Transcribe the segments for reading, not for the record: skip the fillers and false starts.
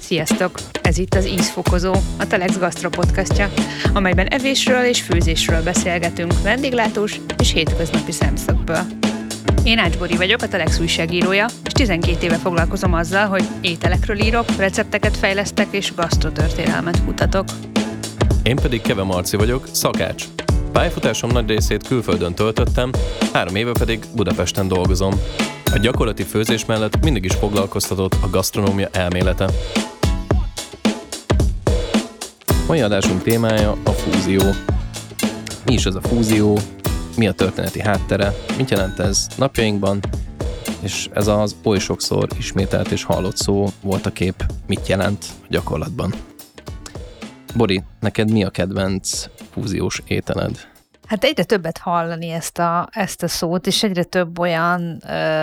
Sziasztok! Ez itt az Ízfokozó, a Telex Gastro podcastja, amelyben evésről és főzésről beszélgetünk vendéglátós és hétköznapi szemszögből. Én Ács Bori vagyok, a Telex újságírója, és 12 éve foglalkozom azzal, hogy ételekről írok, recepteket fejlesztek és gasztrotörténelmet kutatok. Én pedig Keve Marci vagyok, szakács. Pályafutásom nagy részét külföldön töltöttem, 3 éve pedig Budapesten dolgozom. A gyakorlati főzés mellett mindig is foglalkoztatott a gasztronómia elmélete. Mai adásunk témája a fúzió. Mi is ez a fúzió? Mi a történeti háttere? Mit jelent ez napjainkban? És ez az oly sokszor ismételt és hallott szó volt a kép, mit jelent a gyakorlatban? Bori, neked mi a kedvenc fúziós ételed? Hát egyre többet hallani ezt a szót, és egyre több olyan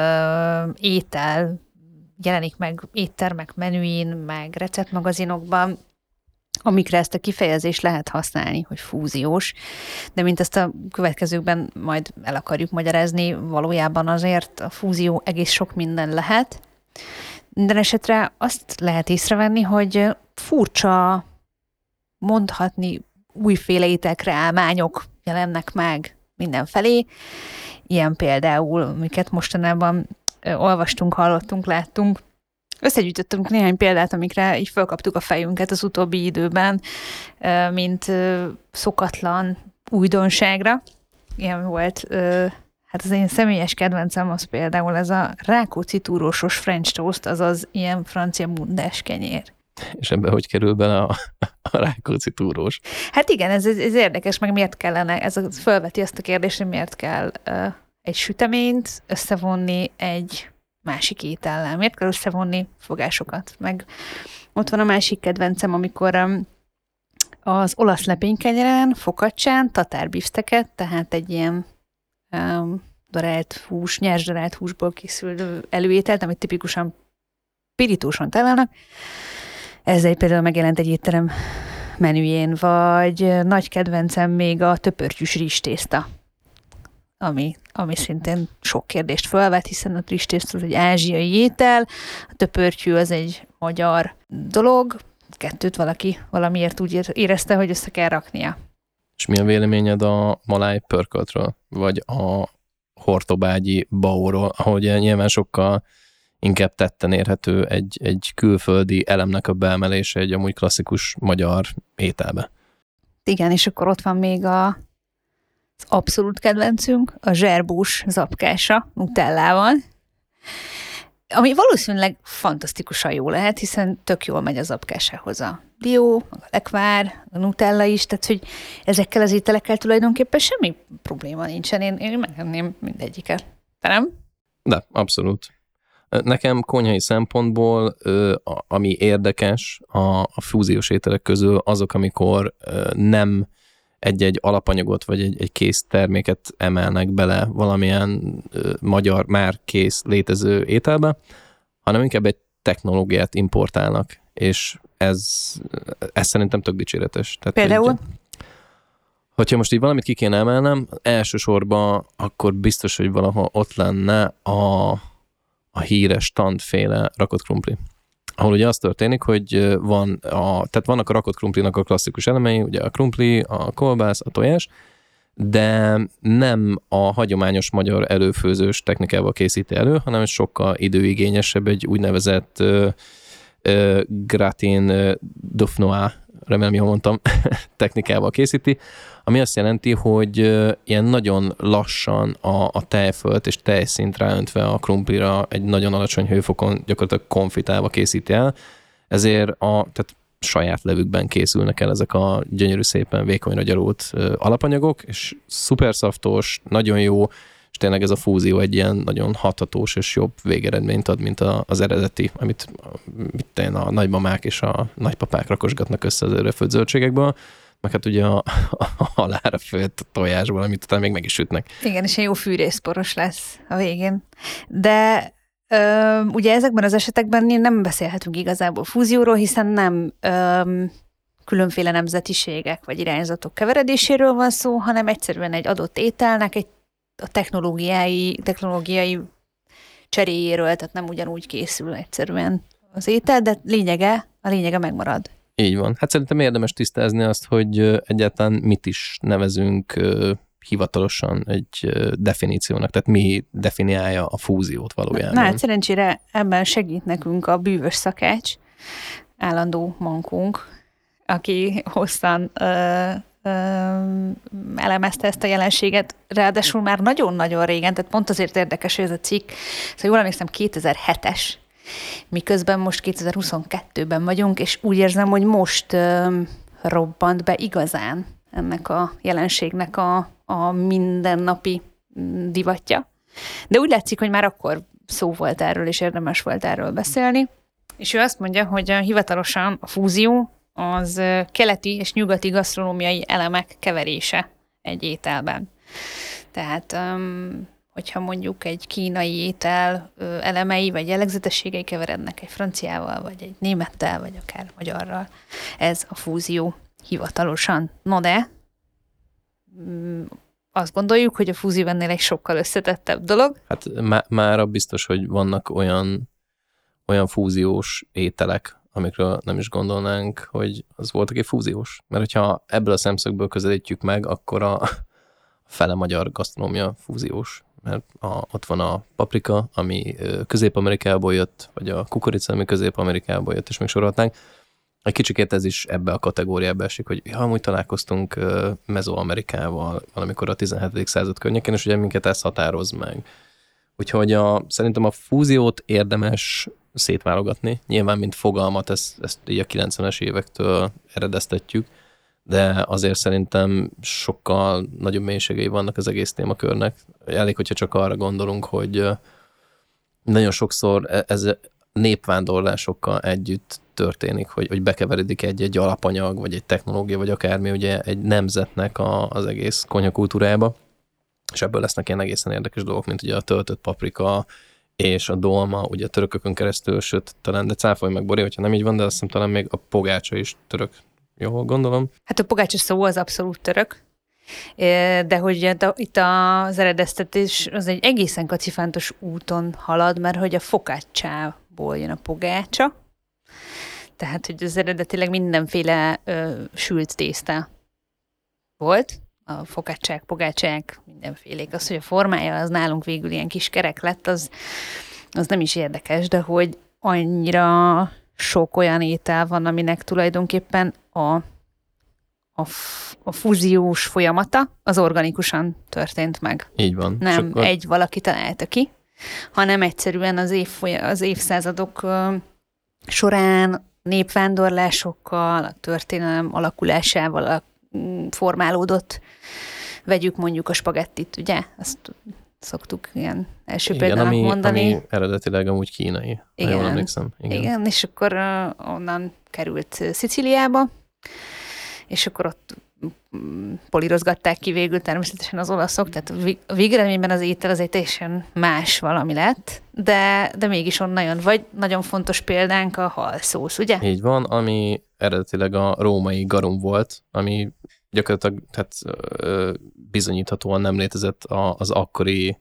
étel jelenik meg éttermek menüin, meg receptmagazinokban, amikre ezt a kifejezést lehet használni, hogy fúziós, de mint ezt a következőkben majd el akarjuk magyarázni, valójában azért a fúzió egész sok minden lehet. Minden esetre azt lehet észrevenni, hogy furcsa mondhatni újféle ételkreálmányok jelennek meg mindenfelé. Ilyen például, amiket mostanában olvastunk, hallottunk, láttunk. Összegyűjtöttünk néhány példát, amikre így felkaptuk a fejünket az utóbbi időben, mint szokatlan újdonságra. Ilyen volt, hát az én személyes kedvencem az például ez a rákóczi túrósos French toast, azaz ilyen francia bundás kenyér. És ebben hogy kerül bele a rákóczi túrós? Hát igen, ez érdekes, meg miért kellene, ez felveti azt a kérdést, hogy miért kell egy süteményt összevonni egy másik étellel. Miért kell összevonni fogásokat? Meg ott van a másik kedvencem, amikor az olasz lepénykenyeren, focaccián tatárbifszteket, tehát egy ilyen darált hús, nyers darált húsból készült előételt, amit tipikusan pirítóson találnak. Ez például megjelent egy étterem menüjén, vagy nagy kedvencem még a töpörtyűs rizstészta, ami szintén sok kérdést felvet, hiszen a rizstészta az egy ázsiai étel, a töpörtyű az egy magyar dolog, kettőt valaki valamiért úgy érezte, hogy össze kell raknia. És mi a véleményed a maláj pörköltről, vagy a hortobágyi baóról, ahogy nyilván sokkal inkább tetten érhető egy külföldi elemnek a beemelése egy amúgy klasszikus magyar ételbe. Igen, és akkor ott van még az abszolút kedvencünk, a zserbús zapkása nutellával, ami valószínűleg fantasztikusan jó lehet, hiszen tök jól megy a zapkásához a dió, a lekvár, a nutella is, tehát hogy ezekkel az ételekkel tulajdonképpen semmi probléma nincsen. Én megenném mindegyiket. Te nem? De, abszolút. Nekem konyhai szempontból, ami érdekes a fúziós ételek közül, azok, amikor nem egy-egy alapanyagot, vagy egy kész terméket emelnek bele valamilyen magyar, már kész létező ételbe, hanem inkább egy technológiát importálnak, és ez szerintem tök dicséretes. Tehát például? Hogyha most így valamit ki kéne emelnem, elsősorban akkor biztos, hogy valahol ott lenne a híres tandféle rakott krumpli. Ahol ugye az történik, hogy vannak a rakott krumplinak a klasszikus elemei, ugye a krumpli, a kolbász, a tojás, de nem a hagyományos magyar előfőzős technikával készíti elő, hanem sokkal időigényesebb, egy úgynevezett gratin dauphinois, remélem jól mondtam, technikával készíti, ami azt jelenti, hogy ilyen nagyon lassan a tejfölt és tejszint ráöntve a krumplira egy nagyon alacsony hőfokon gyakorlatilag konfitálva készíti el, ezért tehát saját levükben készülnek el ezek a gyönyörű szépen vékonyra gyarult alapanyagok, és szuper szaftos, nagyon jó, és tényleg ez a fúzió egy ilyen nagyon hathatós és jobb végeredményt ad, mint az eredeti, amit a nagymamák és a nagypapák rakosgatnak össze az előrefőtt zöldségekből, meg hát ugye a halára főtt tojásból, amit utána még meg is sütnek. Igen, és egy jó fűrészporos lesz a végén. De ugye ezekben az esetekben nem beszélhetünk igazából fúzióról, hiszen nem különféle nemzetiségek vagy irányzatok keveredéséről van szó, hanem egyszerűen egy adott ételnek a technológiai cseréjéről, tehát nem ugyanúgy készül egyszerűen az étel, de lényege a lényege megmarad. Így van. Hát szerintem érdemes tisztázni azt, hogy egyáltalán mit is nevezünk hivatalosan egy definíciónak, tehát mi definiálja a fúziót valójában. Na hát szerencsére ebben segít nekünk a bűvös szakács, állandó mankónk, aki hosszan elemezte ezt a jelenséget, ráadásul már nagyon-nagyon régen, tehát pont azért érdekes, hogy ez a cikk, szóval jól emlékszem 2007-es, miközben most 2022-ben vagyunk, és úgy érzem, hogy most robbant be igazán ennek a jelenségnek a mindennapi divatja. De úgy látszik, hogy már akkor szó volt erről, és érdemes volt erről beszélni. És ő azt mondja, hogy hivatalosan a fúzió az keleti és nyugati gasztronómiai elemek keverése egy ételben. Tehát, hogyha mondjuk egy kínai étel elemei vagy jellegzetességei keverednek egy franciával, vagy egy némettel, vagy akár magyarral, ez a fúzió hivatalosan. No de, azt gondoljuk, hogy a fúzió ennél egy sokkal összetettebb dolog. Hát mára biztos, hogy vannak olyan fúziós ételek, amikről nem is gondolnánk, hogy az voltak egy fúziós. Mert hogyha ebből a szemszögből közelítjük meg, akkor a fele magyar gasztronómia fúziós. Mert ott van a paprika, ami Közép-Amerikából jött, vagy a kukorica, ami Közép-Amerikából jött, és még sorolhatnánk. Egy kicsikét ez is ebbe a kategóriába esik, hogy amúgy találkoztunk Mezoamerikával valamikor a 17. század környékén, és ugye minket ez határoz meg. Úgyhogy szerintem a fúziót érdemes szétválogatni. Nyilván, mint fogalmat, ezt így a 90-es évektől eredeztetjük, de azért szerintem sokkal nagyobb mélységei vannak az egész témakörnek. Elég, hogyha csak arra gondolunk, hogy nagyon sokszor ez népvándorlásokkal együtt történik, hogy bekeveredik egy alapanyag, vagy egy technológia, vagy akármi ugye egy nemzetnek az egész konyakultúrájába, és ebből lesznek ilyen egészen érdekes dolgok, mint ugye a töltött paprika, és a dolma, ugye a törökökön keresztül, sőt, talán, de cáfolj meg, Bori, hogyha nem így van, de azt hiszem talán még a pogácsa is török. Jól gondolom? Hát a pogácsa szó az abszolút török, de hogy itt az eredeztetés az egy egészen kacifántos úton halad, mert hogy a fokácsából jön a pogácsa, tehát hogy az eredetileg mindenféle sült tészta volt, a fokácsák, pogácsák, mindenfélék. Az, hogy a formája az nálunk végül ilyen kis kerek lett, az nem is érdekes, de hogy annyira sok olyan étel van, aminek tulajdonképpen a fúziós folyamata az organikusan történt meg. Így van. Nem egy valaki találta ki, hanem egyszerűen az évszázadok során népvándorlásokkal, a történelem alakulásával formálódott. Vegyük mondjuk a spagettit, ugye? Azt szoktuk ilyen első példának mondani. Ami eredetileg amúgy kínai. Igen, jól emlékszem. Igen, és akkor onnan került Szicíliába, és akkor ott polírozgatták ki végül természetesen az olaszok, tehát a végeredményben az étel az egy teljesen más valami lett, de mégis onnan jön. Vagy nagyon fontos példánk a halszósz, ugye? Így van, ami eredetileg a római garum volt, ami gyakorlatilag bizonyíthatóan nem létezett az akkori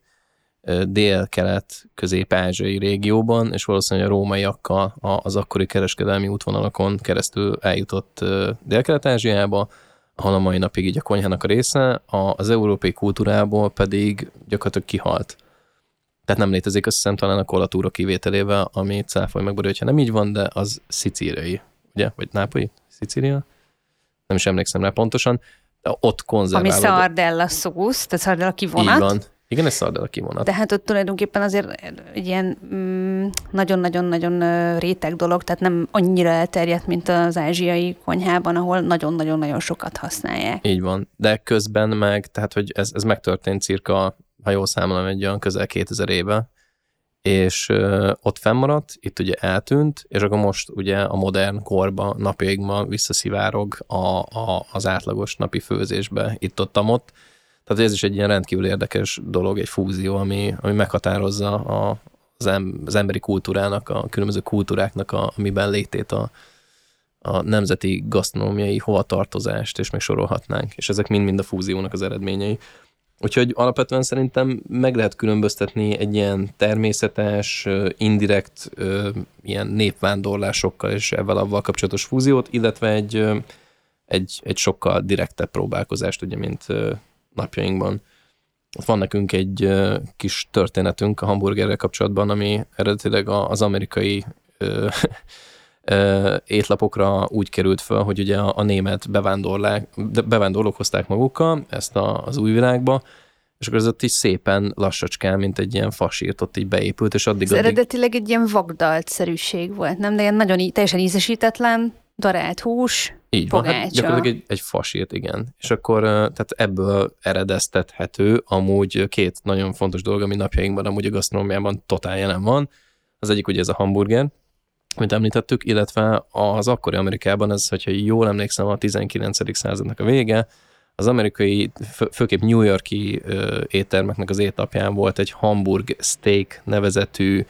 dél-kelet-közép-ázsiai régióban, és valószínűleg a rómaiakkal az akkori kereskedelmi útvonalakon keresztül eljutott Dél-Kelet-Ázsiába, ahol a mai napig így a konyhának a része, az európai kultúrából pedig gyakorlatilag kihalt. Tehát nem létezik, azt hiszem talán a kollatúra kivételével, ami cáfolj meg, hogyha nem így van, de az szicíliai, ugye? Vagy nápolyi? Szicília? Nem is emlékszem rá pontosan. De ott konzerválódott. Ami szardella szósz, tehát szardella kivonat. Így van. Igen, ez szardella kivonat. Tehát ott tulajdonképpen azért egy ilyen nagyon-nagyon-nagyon réteg dolog, tehát nem annyira elterjedt, mint az ázsiai konyhában, ahol nagyon-nagyon-nagyon sokat használják. Így van. De közben meg, tehát hogy ez megtörtént cirka, ha jól számolom, egy olyan közel 2000 éve, és ott fennmaradt, itt ugye eltűnt, és akkor most ugye a modern korba, napjaikban visszaszivárog az átlagos napi főzésbe itt-ott. Tehát ez is egy ilyen rendkívül érdekes dolog, egy fúzió, ami meghatározza az emberi kultúrának, a különböző kultúráknak a miben létét, a nemzeti gasztronómiai hovatartozást, és még sorolhatnánk. És ezek mind-mind a fúziónak az eredményei. Úgyhogy alapvetően szerintem meg lehet különböztetni egy ilyen természetes, indirekt ilyen népvándorlásokkal és avval kapcsolatos fúziót, illetve egy sokkal direktebb próbálkozást, ugye, mint napjainkban. Van nekünk egy kis történetünk a hamburgerrel kapcsolatban, ami eredetileg az amerikai étlapokra úgy került fel, hogy ugye a német bevándorlók hozták magukkal ezt az új világba, és akkor ez ott így szépen lassacskán, mint egy ilyen fasírt ott így beépült, és addig... Eredetileg egy ilyen vagdalt-szerűség volt, nem? De ilyen nagyon teljesen ízesítetlen, darált hús, így pogácsa. Van, hát gyakorlatilag egy fasírt, igen. És akkor tehát ebből eredeztethető amúgy két nagyon fontos dolog, ami napjainkban amúgy a gasztronómiában totál jelen van. Az egyik ugye ez a hamburger, amit említettük, illetve az akkori Amerikában, ez, hogyha jól emlékszem, a 19. századnak a vége, az amerikai, főképp New York-i éttermeknek az étlapján volt egy Hamburg steak nevezetű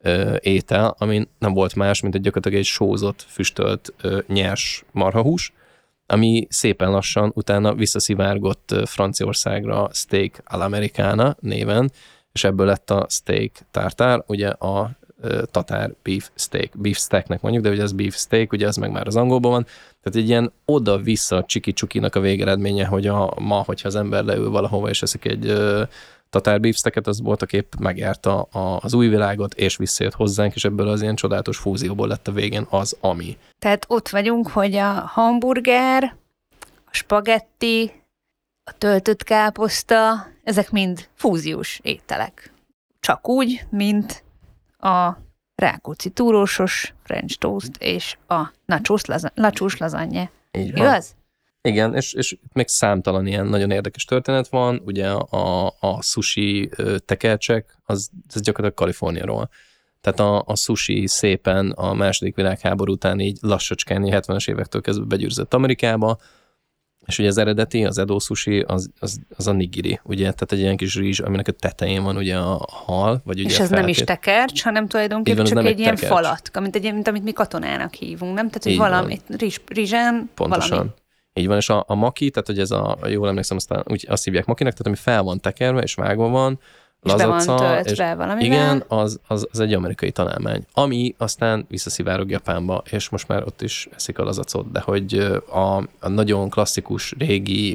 étel, ami nem volt más, mint gyakorlatilag egy sózott, füstölt nyers marhahús, ami szépen lassan utána visszaszivárgott Franciaországra steak all'americana néven, és ebből lett a steak tartár, ugye a tatár beef steaknek mondjuk, de ugye az beef steak, ugye az meg már az angolban van, tehát egy ilyen oda-vissza csiki-csukinak a végeredménye, hogy ma, hogyha az ember leül valahova és eszik egy tatár beef steaket, az voltaképp megjárta az új világot, és visszajött hozzánk, és ebből az ilyen csodálatos fúzióból lett a végén az, ami. Tehát ott vagyunk, hogy a hamburger, a spagetti, a töltött káposzta, ezek mind fúziós ételek. Csak úgy, mint a Rákóczi túrósos French toast és a nachos lasagne. Így van. Igaz? Igen, és még számtalan ilyen nagyon érdekes történet van, ugye a sushi tekercsek, az gyakorlatilag Kaliforniáról. Tehát a sushi szépen a második világháború után így lassacskán, 70-es évektől kezdve begyűrűzött Amerikába, és ugye az eredeti, az Edo sushi, az a nigiri, ugye, tehát egy ilyen kis rizs, aminek a tetején van ugye a hal, vagy ugye és ez nem is tekercs, hanem tulajdonképpen csak egy ilyen falatka, mint amit mi katonának hívunk, nem? Tehát, hogy valami rizsen, pontosan. Valami. Így van, és a maki, tehát hogy ez jól emlékszem, aztán úgy azt hívják makinek, tehát ami fel van tekerve, és vágva van, lazaca, és be van töltve valamivel. Igen, az egy amerikai találmány, ami aztán visszaszivárog Japánba, és most már ott is eszik a lazacot, de hogy a nagyon klasszikus, régi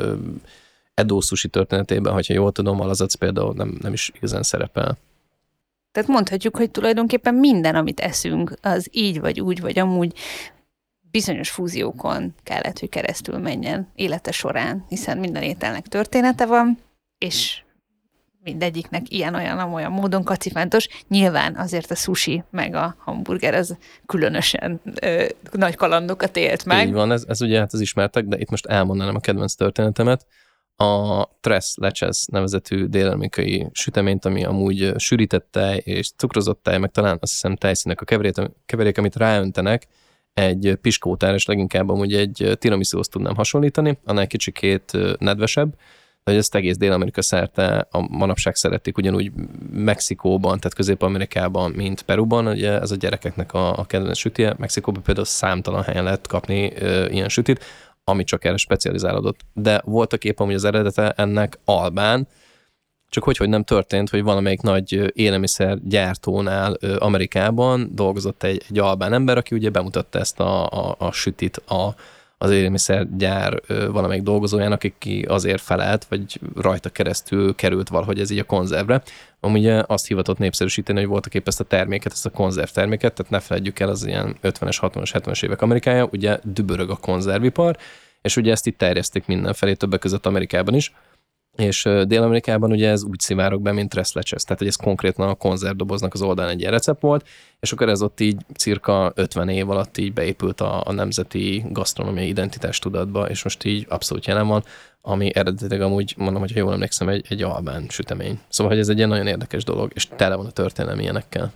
Edo sushi történetében, hogyha jól tudom, a lazac például nem is igazán szerepel. Tehát mondhatjuk, hogy tulajdonképpen minden, amit eszünk, az így vagy úgy, vagy amúgy bizonyos fúziókon kellett, hogy keresztül menjen élete során, hiszen minden ételnek története van, és mindegyiknek ilyen-olyan módon kacifántos. Nyilván azért a sushi meg a hamburger az különösen nagy kalandokat élt meg. Így van, ez ugye hát az ismertek, de itt most elmondanám a kedvenc történetemet. A tres leches nevezetű dél-amerikai süteményt, ami amúgy sűrített tej és cukrozott tej, meg talán azt hiszem tejszínek a keverék, amit ráöntenek, egy piskótára, és leginkább amúgy egy tiramisúhoz tudnám hasonlítani, annál kicsikét nedvesebb, de hogy ezt egész Dél-Amerika szerte a manapság szeretik, ugyanúgy Mexikóban, tehát Közép-Amerikában, mint Peruban, ugye ez a gyerekeknek a kedvenc sütije. Mexikóban például számtalan helyen lehet kapni ilyen sütit, ami csak erre specializálódott. De voltak épp amúgy az eredete ennek albán, csak hogy nem történt, hogy valamelyik nagy élelmiszergyártónál Amerikában dolgozott egy albán ember, aki ugye bemutatta ezt a sütit az élelmiszergyár valamelyik dolgozójának, aki azért felelt, vagy rajta keresztül került valahogy ez így a konzervre. Amúgy azt hivatott népszerűsíteni, hogy voltak épp ezt a terméket, ezt a konzervterméket, tehát ne felejtjük el, az ilyen 50-es, 60-as, 70-es évek Amerikája, ugye dübörög a konzervipar, és ugye ezt itt terjesztik mindenfelé, többek között Amerikában is. És Dél-Amerikában ugye ez úgy szivárog be, mint tres leches, tehát hogy ez konkrétan a konzervdoboznak az oldalán egy ilyen recept volt, és akkor ez ott így cirka 50 év alatt így beépült a nemzeti gasztronómiai identitás tudatba, és most így abszolút jelen van, ami eredetileg amúgy, mondom, hogy jól emlékszem, egy albán sütemény. Szóval, hogy ez egy ilyen nagyon érdekes dolog, és tele van a történelem ilyenekkel.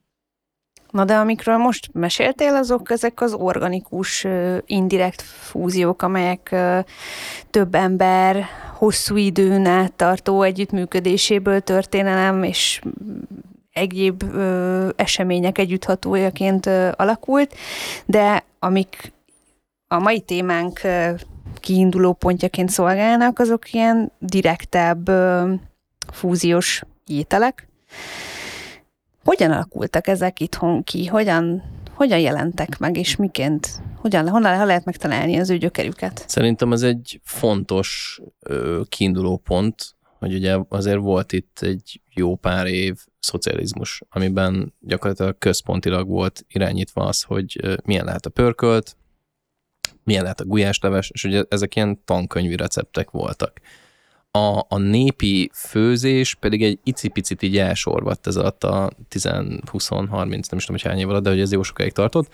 Na de amikről most meséltél, ezek az organikus, indirekt fúziók, amelyek több ember hosszú időn át tartó együttműködéséből történelem és egyéb események együtthatójaként alakult, de amik a mai témánk kiinduló pontjaként szolgálnak, azok ilyen direktebb fúziós ételek. Hogyan alakultak ezek itthon ki? Hogyan jelentek meg, és miként? Honnan lehet megtalálni az ő gyökerüket? Szerintem ez egy fontos kiinduló pont, hogy ugye azért volt itt egy jó pár év szocializmus, amiben gyakorlatilag központilag volt irányítva az, hogy milyen lehet a pörkölt, milyen lehet a gulyásleves, és ugye ezek ilyen tankönyvi receptek voltak. A népi főzés pedig egy icipicit így elsorvadt ez alatt a 10-20-30, nem is tudom, hogy hány év alatt, de hogy ez jó sokáig tartott.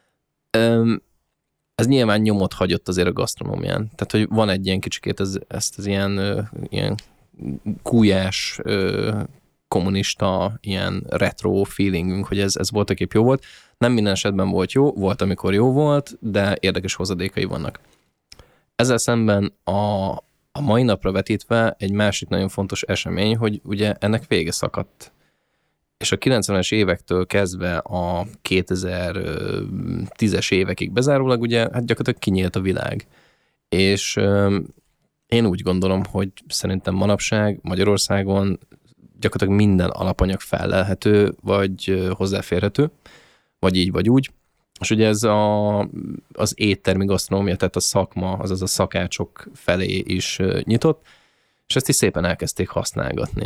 Ez nyilván nyomot hagyott azért a gasztronómián. Tehát, hogy van egy ilyen kicsikét ezt az ilyen gulyás, kommunista, ilyen retro feelingünk, hogy ez voltaképp jó volt. Nem minden esetben volt jó, volt, amikor jó volt, de érdekes hozadékai vannak. Ezzel szemben a mai napra vetítve egy másik nagyon fontos esemény, hogy ugye ennek vége szakadt. És a 90-es évektől kezdve a 2010-es évekig bezárólag ugye hát gyakorlatilag kinyílt a világ. És én úgy gondolom, hogy szerintem manapság Magyarországon gyakorlatilag minden alapanyag fellelhető, vagy hozzáférhető, vagy így, vagy úgy. És ugye ez az éttermi gasztronómia, tehát a szakma, azaz a szakácsok felé is nyitott, és ezt is szépen elkezdték használgatni.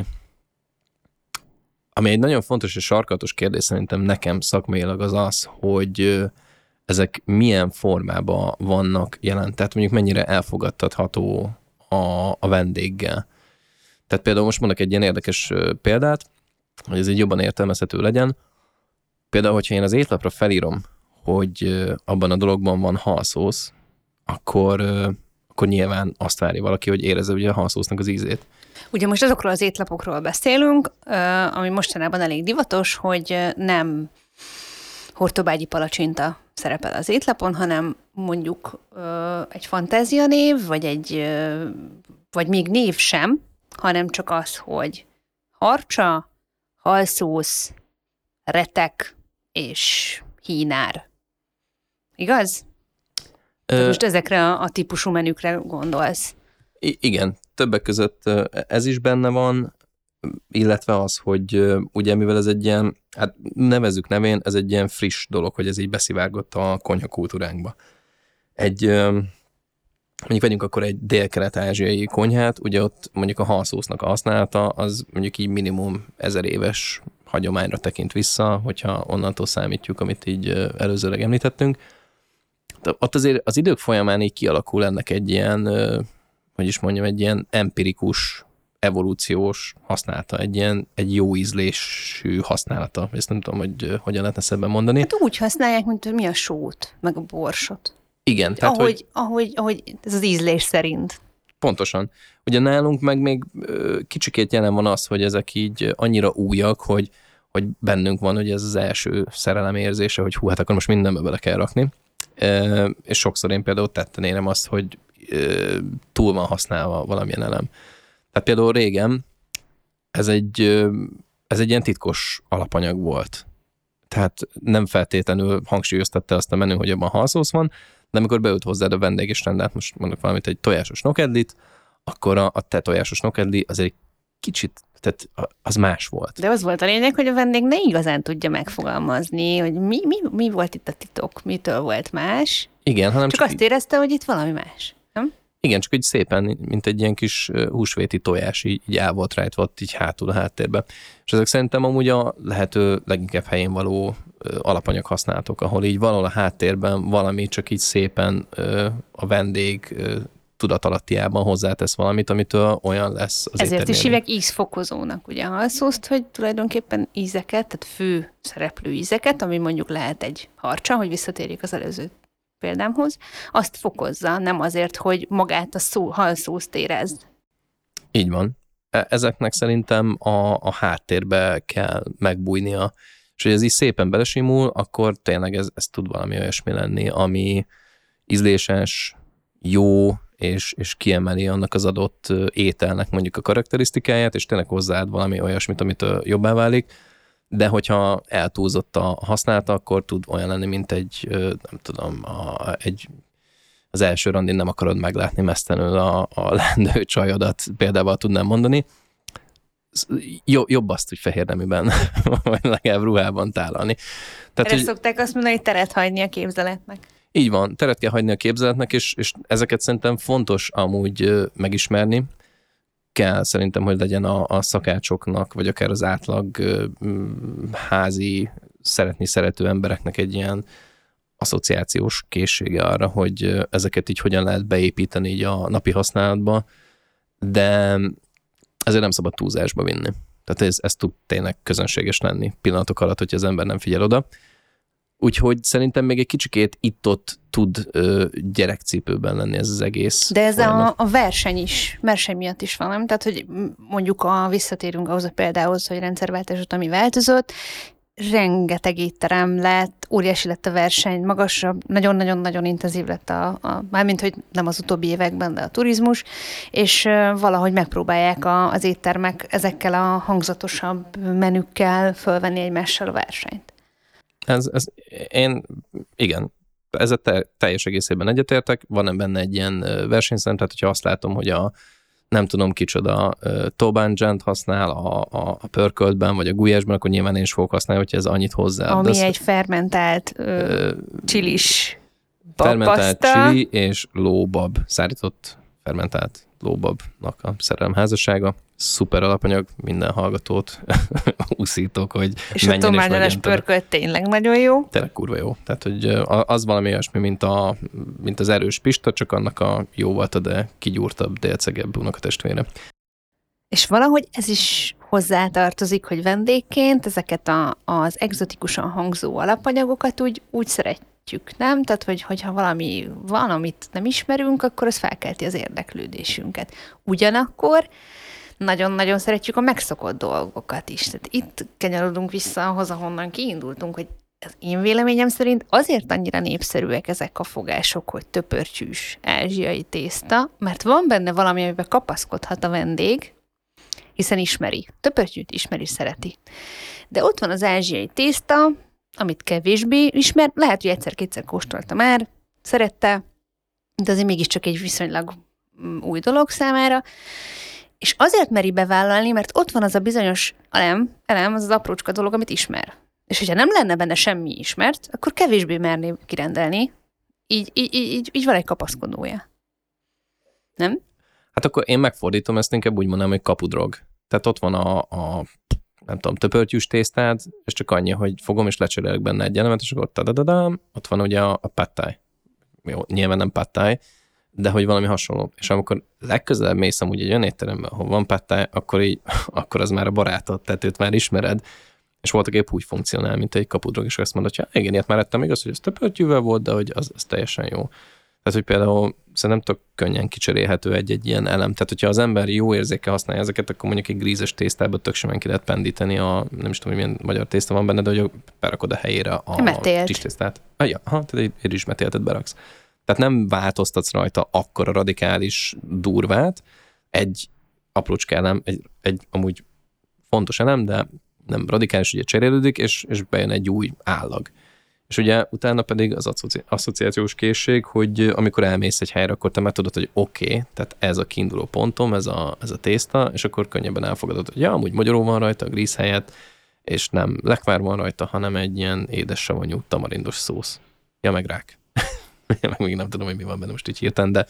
Ami egy nagyon fontos és sarkalatos kérdés szerintem nekem szakmailag az, hogy ezek milyen formában vannak jelen, tehát mondjuk mennyire elfogadtatható a vendéggel. Tehát például most mondok egy ilyen érdekes példát, hogy ez így jobban értelmezhető legyen. Például, hogyha én az étlapra felírom, hogy abban a dologban van halszósz, akkor nyilván azt várja valaki, hogy érezze ugye a halszósznak az ízét. Ugye most azokról az étlapokról beszélünk, ami mostanában elég divatos, hogy nem hortobágyi palacsinta szerepel az étlapon, hanem mondjuk egy fantázianév, vagy még név sem, hanem csak az, hogy harcsa, halszósz, retek és hínár. Igaz? Most ezekre a típusú menükre gondolsz. Igen, többek között ez is benne van, illetve az, hogy ugye mivel ez egy ilyen, hát nevezzük nevén, ez egy ilyen friss dolog, hogy ez így beszivárgott a konyhakultúránkba. Mondjuk vegyünk akkor egy dél-kelet-ázsiai konyhát, ugye ott mondjuk a halszósznak a használata, az mondjuk így minimum 1000 éves hagyományra tekint vissza, hogyha onnantól számítjuk, amit így előzőleg említettünk. De ott azért az idők folyamán így kialakul ennek egy ilyen, egy ilyen empirikus, evolúciós használata, egy jó ízlésű használata. Ezt nem tudom, hogy hogyan lehetne szebben mondani. Hát úgy használják, mint mi a sót, meg a borsot. Igen. Tehát, ahogy ez az ízlés szerint. Pontosan. Ugye nálunk meg még kicsikét jelen van az, hogy ezek így annyira újak, hogy bennünk van, hogy ez az első szerelem érzése, hogy hú, hát akkor most mindenbe bele kell rakni. És sokszor én például tetten érem azt, hogy túl van használva valamilyen elem. Tehát például régen ez egy ilyen titkos alapanyag volt. Tehát nem feltétlenül hangsúlyoztatta azt a menü, hogy abban halszósz van, de amikor beült hozzád a vendég és rendelt, most mondok valamit, egy tojásos nokedlit, akkor a te tojásos nokedli az egy kicsit, tehát az más volt. De az volt a lényeg, hogy a vendég ne igazán tudja megfogalmazni, hogy mi volt itt a titok, mitől volt más. Igen, hanem csak azt érezte, hogy itt valami más. Nem? Igen, csak így szépen, mint egy ilyen kis húsvéti tojás, így el volt rejtve ott így hátul a háttérben. És ezek szerintem amúgy a lehető leginkább helyén való alapanyag használatok, ahol így valahol a háttérben valami csak így szépen a vendég tudatalattiában hozzátesz valamit, amitől olyan lesz az ezért is hívják ízfokozónak, ugye a halszószt, hogy tulajdonképpen ízeket, tehát fő szereplő ízeket, ami mondjuk lehet egy harcsa, hogy visszatérjük az előző példámhoz, azt fokozza, nem azért, hogy magát a halszószt érezd. Így van. Ezeknek szerintem a háttérbe kell megbújnia, és hogy ez így szépen belesimul, akkor tényleg ez tud valami olyasmi lenni, ami ízléses, jó, és kiemeli annak az adott ételnek mondjuk a karakterisztikáját, és tényleg hozzáad valami olyasmit, amit jobbá válik, de hogyha eltúlzott a használata, akkor tud olyan lenni, mint egy, nem tudom, az első randin nem akarod meglátni mesztelenül a leendő csajodat, például tudnám mondani. Jobb azt, hogy fehér neműben, vagy legalább ruhában tálalni. Tehát, erre szokták azt mondani, hogy teret hagyni a képzeletnek. Így van, teret kell hagyni a képzeletnek, és ezeket szerintem fontos amúgy megismerni. Kell szerintem, hogy legyen a szakácsoknak, vagy akár az átlag házi, szerető embereknek egy ilyen asszociációs készsége arra, hogy ezeket így hogyan lehet beépíteni így a napi használatba, de ezért nem szabad túlzásba vinni. Tehát ez tud tényleg közönséges lenni pillanatok alatt, hogyha az ember nem figyel oda. Úgyhogy szerintem még egy kicsikét itt-ott tud gyerekcipőben lenni ez az egész. De ez a verseny miatt is van, nem? Tehát, hogy mondjuk visszatérünk ahhoz a példához, hogy rendszerváltás után mi változott, rengeteg étterem lett, óriási lett a verseny, magasabb, nagyon-nagyon-nagyon intenzív lett mármint, hogy nem az utóbbi években, de a turizmus, és valahogy megpróbálják az éttermek ezekkel a hangzatosabb menükkel fölvenni egymással a versenyt. Igen, ezzel teljes egészében egyetértek, van benne egy ilyen versenyszem, tehát hogyha azt látom, hogy nem tudom kicsoda Tobangent használ a pörköltben, vagy a gulyásban, akkor nyilván én is fogok használni, hogyha ez annyit hozzá. Ami egy fermentált csilis fermentált chili és lóbab, szárított fermentált lóbabnak a szerelemházassága. Szuper alapanyag, minden hallgatót úszítok, hogy és menjen. És a tományolas pörkölt tényleg nagyon jó. Tényleg kurva jó. Tehát, hogy az valami olyasmi, mint az erős pista, csak annak a jó volt, de kigyúrtabb, délcegebb unokatestvére. És valahogy ez is hozzátartozik, hogy vendégként ezeket az egzotikusan hangzó alapanyagokat úgy szeretjük, nem? Tehát, hogyha valami van, amit nem ismerünk, akkor az felkelti az érdeklődésünket. Ugyanakkor nagyon-nagyon szeretjük a megszokott dolgokat is. Tehát itt kanyarodunk vissza ahhoz, ahonnan kiindultunk, hogy az én véleményem szerint azért annyira népszerűek ezek a fogások, hogy töpörtyűs ázsiai tészta, mert van benne valami, amiben kapaszkodhat a vendég, hiszen ismeri. Töpörtyűt ismeri, szereti. De ott van az ázsiai tészta, amit kevésbé ismer, lehet, hogy egyszer-kétszer kóstolta már, szerette, de azért mégiscsak egy viszonylag új dolog számára, és azért meri bevállalni, mert ott van az a bizonyos elem, az aprócska dolog, amit ismer. És hogyha nem lenne benne semmi ismert, akkor kevésbé merné kirendelni. Így van egy kapaszkodója. Nem? Hát akkor én megfordítom, ezt inkább úgy mondanám, hogy kapudrog. Tehát ott van a nem tudom, töpörtyűs tésztád, és csak annyi, hogy fogom és lecserélek benne egy elemet, és akkor ott van ugye a pad thai. Jó, nyilván nem pad thai, de hogy valami hasonló. És amikor legközelebb mész amúgy egy olyan étteremben, ahol van pad thai, akkor az már a barátod, tehát őt már ismered, és voltak épp úgy funkcionál, mint egy kapudrog, és azt mondod, hogy igen, ilyet már ettem, igaz, hogy ez töpörtyűvel volt, de hogy az teljesen jó. Tehát, hogy például szerintem tök könnyen kicserélhető egy ilyen elem. Tehát, hogyha az ember jó érzékkel használja ezeket, akkor mondjuk egy grízes tésztába tök simán ki lehet pendíteni nem is tudom, hogy milyen magyar tészta van benne, de hogy berakod a helyére a kis tésztát. Tehát egy rizsmetéltet beraksz. Tehát nem változtatsz rajta akkora radikális durvát, egy aprócska elem, egy amúgy fontos elem, de nem radikális, ugye cserélődik, és bejön egy új állag. És ugye utána pedig az asszociációs készség, hogy amikor elmész egy helyre, akkor te már tudod, hogy oké, tehát ez a kiinduló pontom, ez a tészta, és akkor könnyebben elfogadod, hogy amúgy magyaró van rajta a gríz helyett, és nem lekvár van rajta, hanem egy ilyen édes savanyú tamarindos szósz. Ja, meg rák. Meg még nem tudom, hogy mi van benne most így hirtelen, de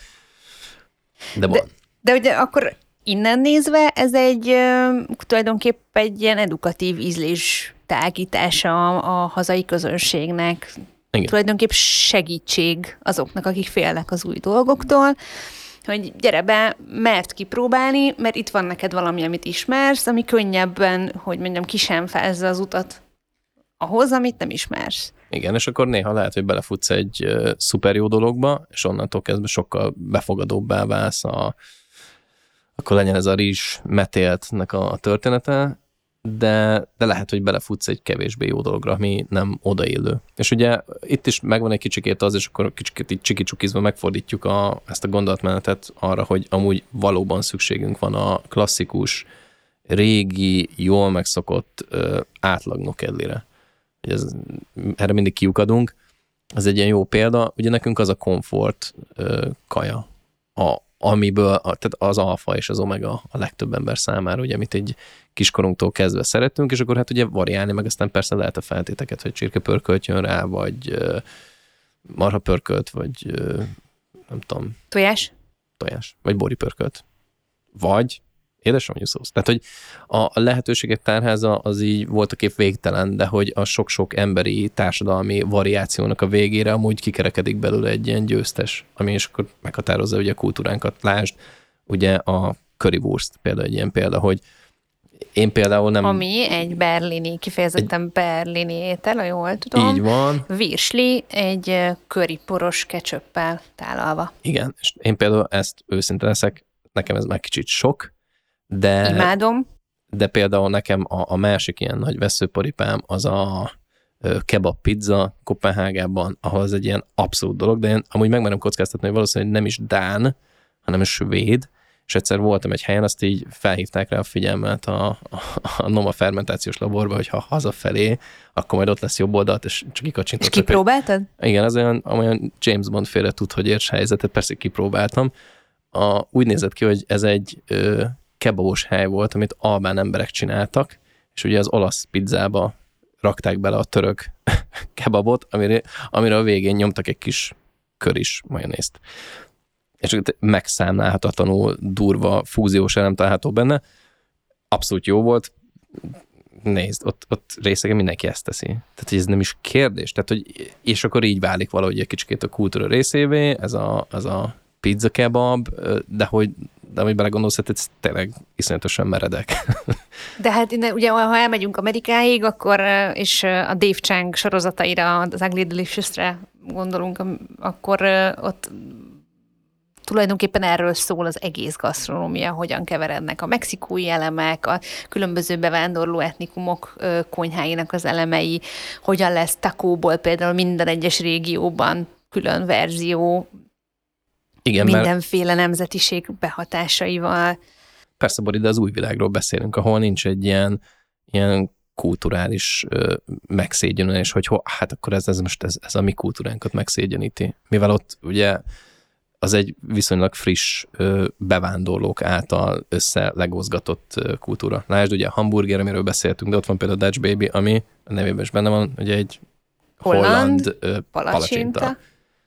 van. De ugye akkor innen nézve ez tulajdonképp egy ilyen edukatív ízlés tágítása a hazai közönségnek. Igen. Tulajdonképp segítség azoknak, akik félnek az új dolgoktól, hogy gyere be, mert kipróbálni, mert itt van neked valami, amit ismersz, ami könnyebben, hogy mondjam, kisenfázza az utat ahhoz, amit nem ismersz. Igen, és akkor néha lehet, hogy belefutsz egy szuper jó dologba, és onnantól kezdve sokkal befogadóbbá válsz akkor legyen ez a rizs metéltnek a története, de lehet, hogy belefutsz egy kevésbé jó dologra, ami nem odaillő. És ugye itt is megvan egy kicsikét az, és akkor kicsikét így csiki-csukizva megfordítjuk ezt a gondolatmenetet arra, hogy amúgy valóban szükségünk van a klasszikus, régi, jól megszokott átlag nokedlire. Erre mindig kiukadunk, Ez egy ilyen jó példa. Ugye nekünk az a komfort kaja, amiből tehát az alfa és az omega a legtöbb ember számára, ugye, amit egy kiskorunktól kezdve szeretünk, és akkor hát ugye variálni, meg aztán persze lehet a feltéteket, hogy csirkepörkölt jön rá, vagy marhapörkölt, vagy nem tudom. Tojás, vagy boripörkölt. Vagy édesanyjú szósz. Tehát, hogy a lehetőségek tárháza az így voltaképp végtelen, de hogy a sok-sok emberi társadalmi variációnak a végére amúgy kikerekedik belőle egy ilyen győztes, ami is akkor meghatározza ugye a kultúránkat. Lásd, ugye a currywurst például egy ilyen példa, hogy én például nem... Ami egy berlini, kifejezetten berlini étel, ha jól tudom. Így van. Virsli egy curryporos ketchuppel tálalva. Igen, és én például ezt őszinte leszek, nekem ez már kicsit sok, de... Imádom. De például nekem a másik ilyen nagy veszőparipám az a kebab pizza Koppenhágában, ahol ez egy ilyen abszolút dolog, de én amúgy megmerem kockáztatni, hogy valószínűleg nem is dán, hanem svéd, és egyszer voltam egy helyen, azt így felhívták rá a figyelmet a Noma fermentációs laborba, hogy ha hazafelé, akkor majd ott lesz jobb oldalt, és csak kikacsintott. És kipróbáltad? Igen, az olyan James Bond félre tud, hogy érts helyzetet, persze kipróbáltam. Úgy nézett ki, hogy ez egy kebabos hely volt, amit albán emberek csináltak, és ugye az olasz pizzába rakták bele a török kebabot, amire a végén nyomtak egy kis köris majonézt. És megszámlálhatatlanul durva fúziós elem található benne. Abszolút jó volt. Nézd, ott részegen mindenki ezt teszi. Tehát, hogy ez nem is kérdés. Tehát, hogy, és akkor így válik valahogy egy kicsikét a kultúra részévé, ez a pizza kebab, de hogy belegondolsz, hát ez tényleg iszonyatosan meredek. De hát ugye, ha elmegyünk Amerikáig, akkor, és a Dave Chang sorozataira, az Ugly Delicious-re gondolunk, akkor ott tulajdonképpen erről szól az egész gasztronómia, hogyan keverednek a mexikói elemek, a különböző bevándorló etnikumok konyháinak az elemei, hogyan lesz tacóból például minden egyes régióban külön verzió, igen, mindenféle nemzetiség behatásaival. Persze, Bori, de az új világról beszélünk, ahol nincs egy ilyen kulturális megszégyenülés, hogy hát akkor ez a mi kultúránkat megszégyeníti. Mivel ott ugye az egy viszonylag friss bevándorlók által összelegozgatott kultúra. Lásd, ugye a hamburger, amiről beszéltünk, de ott van például a Dutch Baby, ami a nevében is benne van, ugye egy holland palacsinta.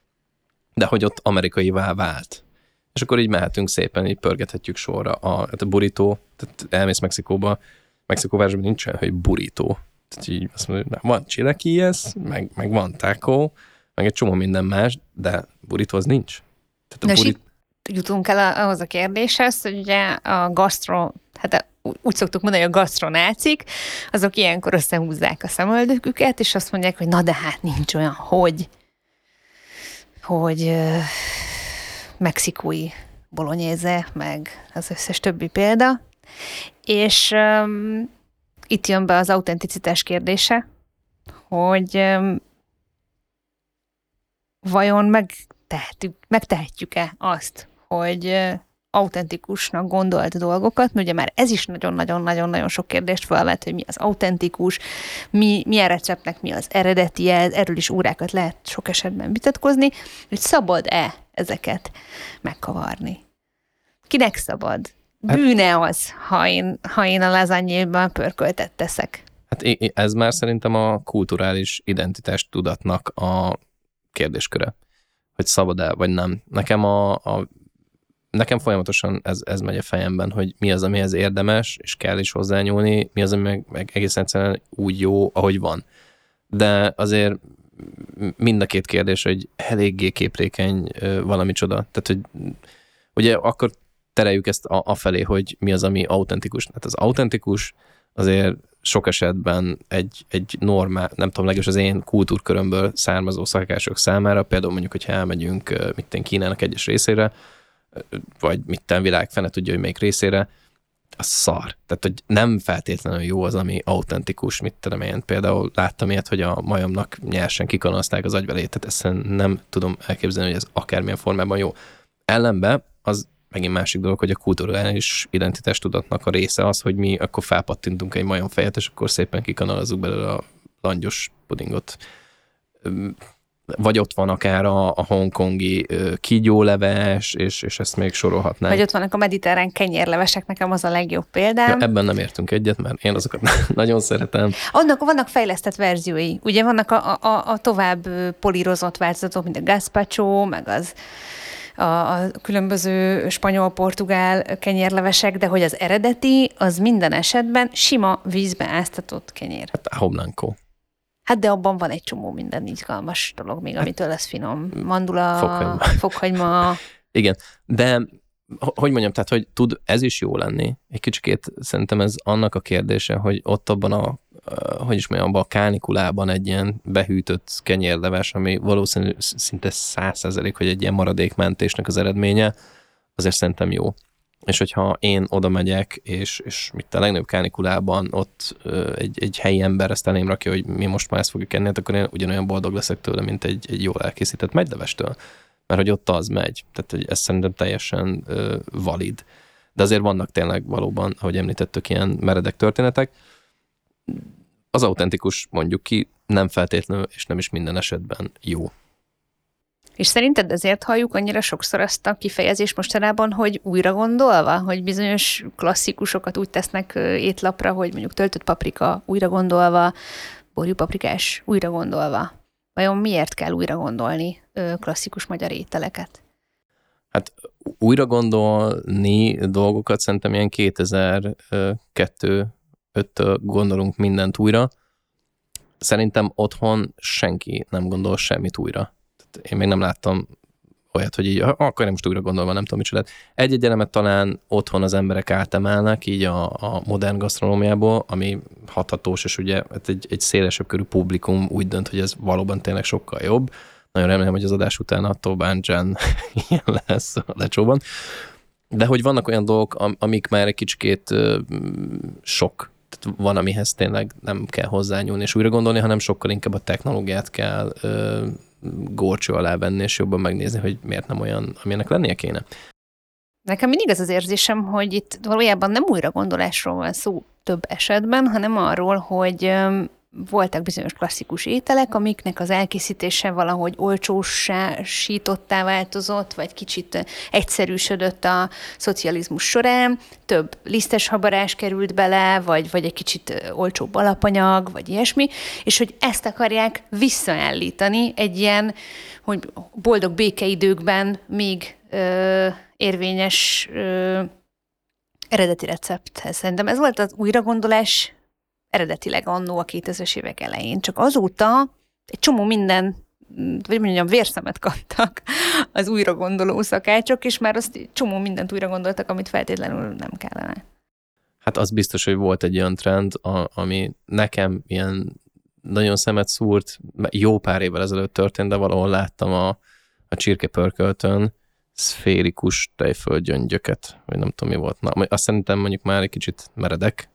De hogy ott amerikaivá vált. És akkor így mehetünk szépen, így pörgethetjük sorra. A burrito, tehát elmész Mexikóba, Mexikóvárosban nincs olyan, hogy burrito. Tehát így azt mondja, van chilaquiles, meg van taco, meg egy csomó minden más, de burrito az nincs. Tehát itt jutunk el ahhoz a kérdéshez, hogy ugye a hát úgy szoktuk mondani, hogy a gasztronácik, azok ilyenkor összehúzzák a szemöldöküket, és azt mondják, hogy na de hát nincs olyan, hogy mexikói bolonyéze, meg az összes többi példa. És itt jön be az autenticitás kérdése, hogy vajon megtehetjük-e azt, hogy autentikusnak gondolt dolgokat, ugye már ez is nagyon-nagyon-nagyon sok kérdést felvet, hogy mi az autentikus, milyen receptnek mi az eredeti, erről is órákat lehet sok esetben vitatkozni, hogy szabad-e ezeket megkavarni. Kinek szabad? Bűne az, ha én a lasagne-ban pörköltet teszek. Hát ez már szerintem a kulturális identitás tudatnak a kérdésköre, hogy szabad-e, vagy nem. Nekem folyamatosan ez megy a fejemben, hogy mi az, amihez érdemes, és kell is hozzányúlni, mi az, ami meg egész egyszerűen úgy jó, ahogy van. De azért mind a két kérdés, hogy eléggé képlékeny valami csoda. Tehát, hogy ugye akkor tereljük ezt afelé, hogy mi az, ami autentikus. Hát az autentikus azért sok esetben egy normál, nem tudom, legalábbis az én kultúrkörömből származó szakások számára, például mondjuk, hogyha elmegyünk Kínának egyes részére, vagy világ fene tudja, hogy melyik részére, az szar. Tehát, hogy nem feltétlenül jó az, ami autentikus, én például láttam ilyet, hogy a majomnak nyersen kikanalazták az agyvelét, tehát ezt nem tudom elképzelni, hogy ez akármilyen formában jó. Ellenben az megint másik dolog, hogy a kulturális identitástudatnak a része az, hogy mi akkor felpattintunk egy majomfejet, és akkor szépen kikanalazzuk belőle a langyos pudingot. Vagy ott van akár a hongkongi kígyóleves, és ezt még sorolhatnánk. Vagy ott vannak a mediterrán kenyérlevesek, nekem az a legjobb példám. Ja, ebben nem értünk egyet, mert én azokat nagyon szeretem. Vannak fejlesztett verziói. Ugye vannak a tovább polírozott változatok, mint a gazpacho, meg a különböző spanyol-portugál kenyérlevesek, de hogy az eredeti, az minden esetben sima vízbe áztatott kenyér. Hát homlánko. Hát de abban van egy csomó minden izgalmas dolog még, amitől lesz finom. Mandula, fokhagyma. Igen, de hogy mondjam, tehát, hogy tud ez is jó lenni. Egy kicsikét szerintem ez annak a kérdése, hogy ott abban abban a kánikulában egy ilyen behűtött kenyérleves, ami valószínűleg szinte 100%, hogy egy ilyen maradékmentésnek az eredménye, azért szerintem jó. És hogyha én oda megyek, és mit a legnagyobb kánikulában ott egy helyi ember ezt elém rakja, hogy mi most már ezt fogjuk enni, akkor én ugyanolyan boldog leszek tőle, mint egy jól elkészített megylevestől. Mert hogy ott az megy. Tehát hogy ez szerintem teljesen valid. De azért vannak tényleg valóban, ahogy említettük, ilyen meredek történetek. Az autentikus, mondjuk ki, nem feltétlenül, és nem is minden esetben jó. És szerinted ezért halljuk annyira sokszor azt a kifejezést mostanában, hogy újra gondolva, hogy bizonyos klasszikusokat úgy tesznek étlapra, hogy mondjuk töltött paprika újra gondolva, borjú paprikás újra gondolva. Vajon miért kell újra gondolni klasszikus magyar ételeket? Hát újra gondolni dolgokat szerintem ilyen 2002-5-től gondolunk mindent újra. Szerintem otthon senki nem gondol semmit újra. Én még nem láttam olyat, hogy így, akkor nem most újra gondolva, nem tudom, micsoda. Egy-egy elemet talán otthon az emberek átemelnek, így a modern gasztronómiából, ami hathatós, és ugye egy szélesebb körű publikum úgy dönt, hogy ez valóban tényleg sokkal jobb. Nagyon remélem, hogy az adás után a Tobáncsán ilyen lesz a lecsóban. De hogy vannak olyan dolgok, amik már egy kicsikét sok. Tehát van, amihez tényleg nem kell hozzányúlni és újra gondolni, hanem sokkal inkább a technológiát kell górcső alá venni, és jobban megnézni, hogy miért nem olyan, amilyenek lennie kéne. Nekem mindig az érzésem, hogy itt valójában nem újra gondolásról van szó több esetben, hanem arról, hogy voltak bizonyos klasszikus ételek, amiknek az elkészítése valahogy olcsósítottá változott, vagy kicsit egyszerűsödött a szocializmus során, több lisztes habarás került bele, vagy egy kicsit olcsóbb alapanyag, vagy ilyesmi, és hogy ezt akarják visszaállítani egy ilyen, hogy boldog békeidőkben még érvényes eredeti recepthez. Szerintem ez volt az újragondolás eredetileg annó a 2000-es évek elején. Csak azóta egy csomó minden, vagy mondjam, vérszemet kaptak az újragondoló szakácsok, és már azt egy csomó mindent újra gondoltak, amit feltétlenül nem kellene. Hát az biztos, hogy volt egy olyan trend, ami nekem ilyen nagyon szemet szúrt, jó pár évvel ezelőtt történt, de valahol láttam a csirkepörköltön szférikus tejföldgyöngyöket, vagy nem tudom mi volt. Na, azt szerintem mondjuk már egy kicsit meredek,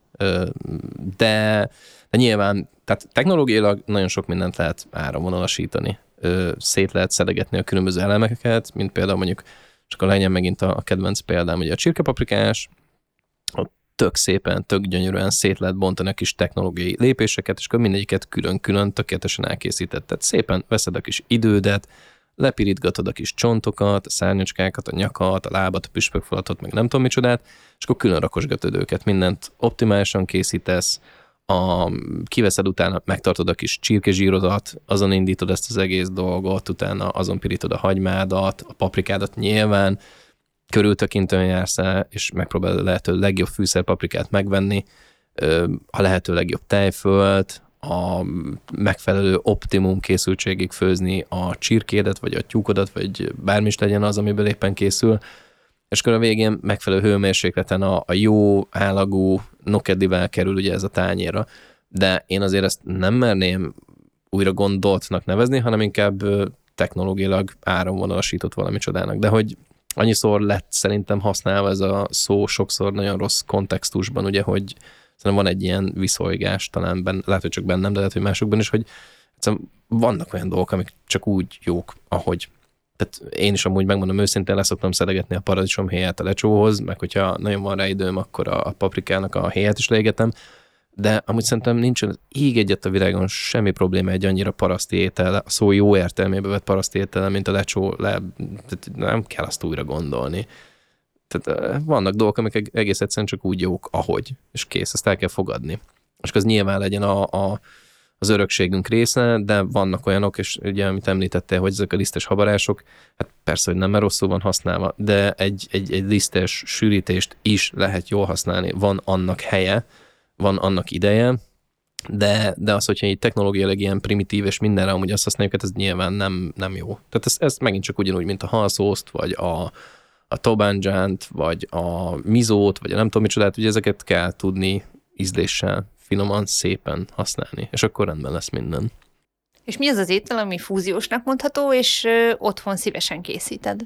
de nyilván, tehát technológiailag nagyon sok mindent lehet áramvonalasítani. Szét lehet szedegetni a különböző elemeket, mint például mondjuk, csak a legyen megint a kedvenc példám, ugye a csirkepaprikás, tök szépen, tök gyönyörűen szét lehet bontani a kis technológiai lépéseket, és akkor mindegyiket külön-külön tökéletesen elkészített. Tehát szépen veszed a kis idődet, lepirítgatod a kis csontokat, a szárnyacskákat, a nyakat, a lábat, a püspökfalatot, meg nem tudom micsodát, és akkor külön rakosgatod őket, mindent optimálisan készítesz, kiveszed utána, megtartod a kis csirkezsírodat, azon indítod ezt az egész dolgot, utána azon pirítod a hagymádat, a paprikádat nyilván, körültekintően jársz el, és megpróbálod a lehető legjobb fűszerpaprikát megvenni, a lehető legjobb tejfölt, a megfelelő optimum készültségig főzni a csirkédet, vagy a tyúkodat, vagy bármi is legyen az, amiből éppen készül, és akkor a végén megfelelő hőmérsékleten a jó állagú nokedivel kerül ugye ez a tányérra. De én azért ezt nem merném újra gondoltnak nevezni, hanem inkább technológiailag áramvonalasított valami csodának. De hogy annyiszor lett szerintem használva ez a szó sokszor nagyon rossz kontextusban, ugye, hogy szerintem van egy ilyen viszolygás talán lehet, hogy csak bennem, de lehet, hogy másokban is, hogy vannak olyan dolgok, amik csak úgy jók, ahogy. Tehát én is amúgy megmondom őszintén, leszoktam szedegetni a paradicsom héját a lecsóhoz, meg hogyha nagyon van rá időm, akkor a paprikának a héját is leégetem. de amúgy szerintem nincs ég egyet a világon semmi probléma egy annyira paraszti étel, a szó jó értelmében vett paraszti étel, mint a lecsó, nem kell azt újra gondolni. Tehát vannak dolgok, amik egész egyszerűen csak úgy jók, ahogy, és kész, ezt el kell fogadni. És az nyilván legyen az örökségünk része, de vannak olyanok, és ugye, amit említettél, hogy ezek a lisztes habarások, hát persze, hogy nem, mert rosszul van használva, de egy lisztes sűrítést is lehet jól használni. Van annak helye, van annak ideje, de az, hogyha így technológiailag ilyen primitív, és mindenre amúgy azt használjuk, ez nyilván nem jó. Tehát ez megint csak ugyanúgy, mint a halszószt, vagy a tobanjánt, vagy a mizót, vagy a nem tudom micsodát, ugye ezeket kell tudni ízléssel, finoman, szépen használni, és akkor rendben lesz minden. És mi az az étel, ami fúziósnak mondható, és otthon szívesen készíted?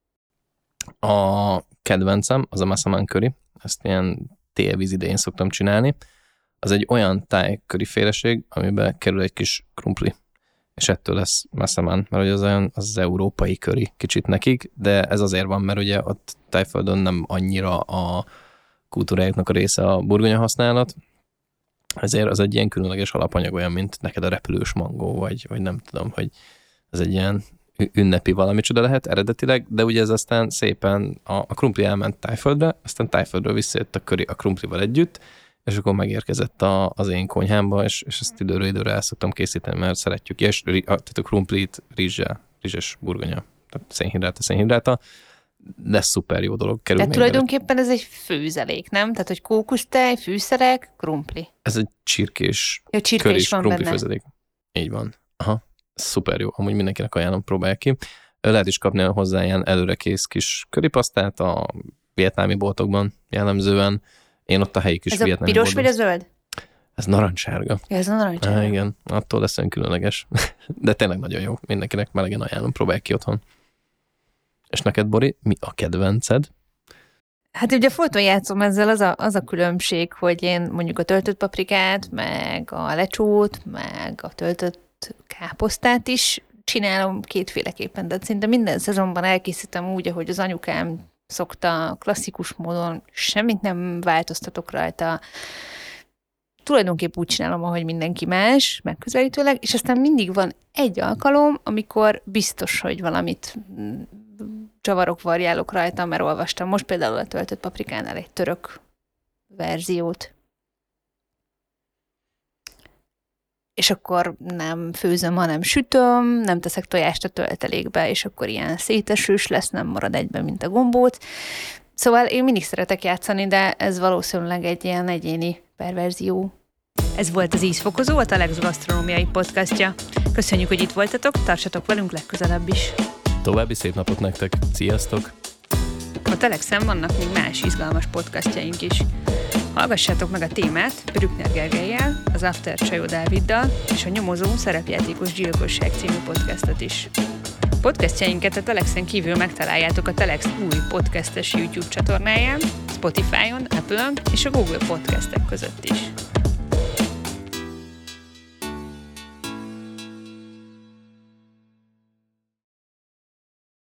A kedvencem az a massaman curry, ezt ilyen télvíz idején szoktam csinálni. Az egy olyan thai curryféleség, amiben kerül egy kis krumpli, és ettől lesz massaman, mert ugye az olyan az európai curry kicsit nekik, de ez azért van, mert ugye ott Tájföldön nem annyira a kultúrájuknak a része a burgonya használat, ezért az egy ilyen különleges alapanyag, olyan, mint neked a repülős mangó, vagy nem tudom, hogy ez egy ilyen ünnepi valami csoda lehet eredetileg, de ugye ez aztán szépen a krumpli elment Tájföldre, aztán Tájföldről visszajött a curry a krumplival együtt, és akkor megérkezett az én konyhámba, és ezt időről időre el szoktam készíteni, mert szeretjük, és tehát a krumplit rizses burgonya, tehát szénhidráta, de szuper jó dolog. Tehát tulajdonképpen ez egy főzelék, nem? Tehát, hogy kókusztej, fűszerek, krumpli. Ez egy csirkés krumpli főzelék. Így van. Aha, szuper jó. Amúgy mindenkinek ajánlom, próbálják ki. Lehet is kapni hozzá ilyen előrekész kis currypasztát a vietnámi boltokban jellemzően. Én ott a helyi kis vietnámi boltban. Ez a piros vagy a zöld? Ez narancssárga. Ja, ez a narancssárga. Igen, attól lesz olyan különleges. De tényleg nagyon jó. Mindenkinek melegen ajánlom, próbálják ki otthon. És neked, Bori, mi a kedvenced? Hát ugye folyton játszom ezzel, az a különbség, hogy én mondjuk a töltött paprikát, meg a lecsót, meg a töltött káposztát is csinálom kétféleképpen, de szinte minden szezonban elkészítem úgy, ahogy az anyukám szokta, klasszikus módon, semmit nem változtatok rajta. Tulajdonképp úgy csinálom, ahogy mindenki más, megközelítőleg, és aztán mindig van egy alkalom, amikor biztos, hogy valamit csavarok, variálok rajta, mert olvastam most például a töltött paprikánál egy török verziót. És akkor nem főzöm, hanem sütöm, nem teszek tojást a töltelékbe, és akkor ilyen szétesős lesz, nem marad egyben, mint a gombóc. Szóval én mindig szeretek játszani, de ez valószínűleg egy ilyen egyéni perverzió. Ez volt az Ízfokozó, a Telex gasztronómiai podcastja. Köszönjük, hogy itt voltatok, tartsatok velünk legközelebb is. További szép napot nektek, sziasztok! A Telexen vannak még más izgalmas podcastjaink is. Hallgassátok meg a Témát Brückner Gergellyel, az After Csajó Dáviddal és a Nyomozó szerepjátékos gyilkosság című podcastot is. Podcastjainket a Telexen kívül megtaláljátok a Telex új podcastes YouTube csatornáján, Spotify-on, Apple-on és a Google Podcastek között is.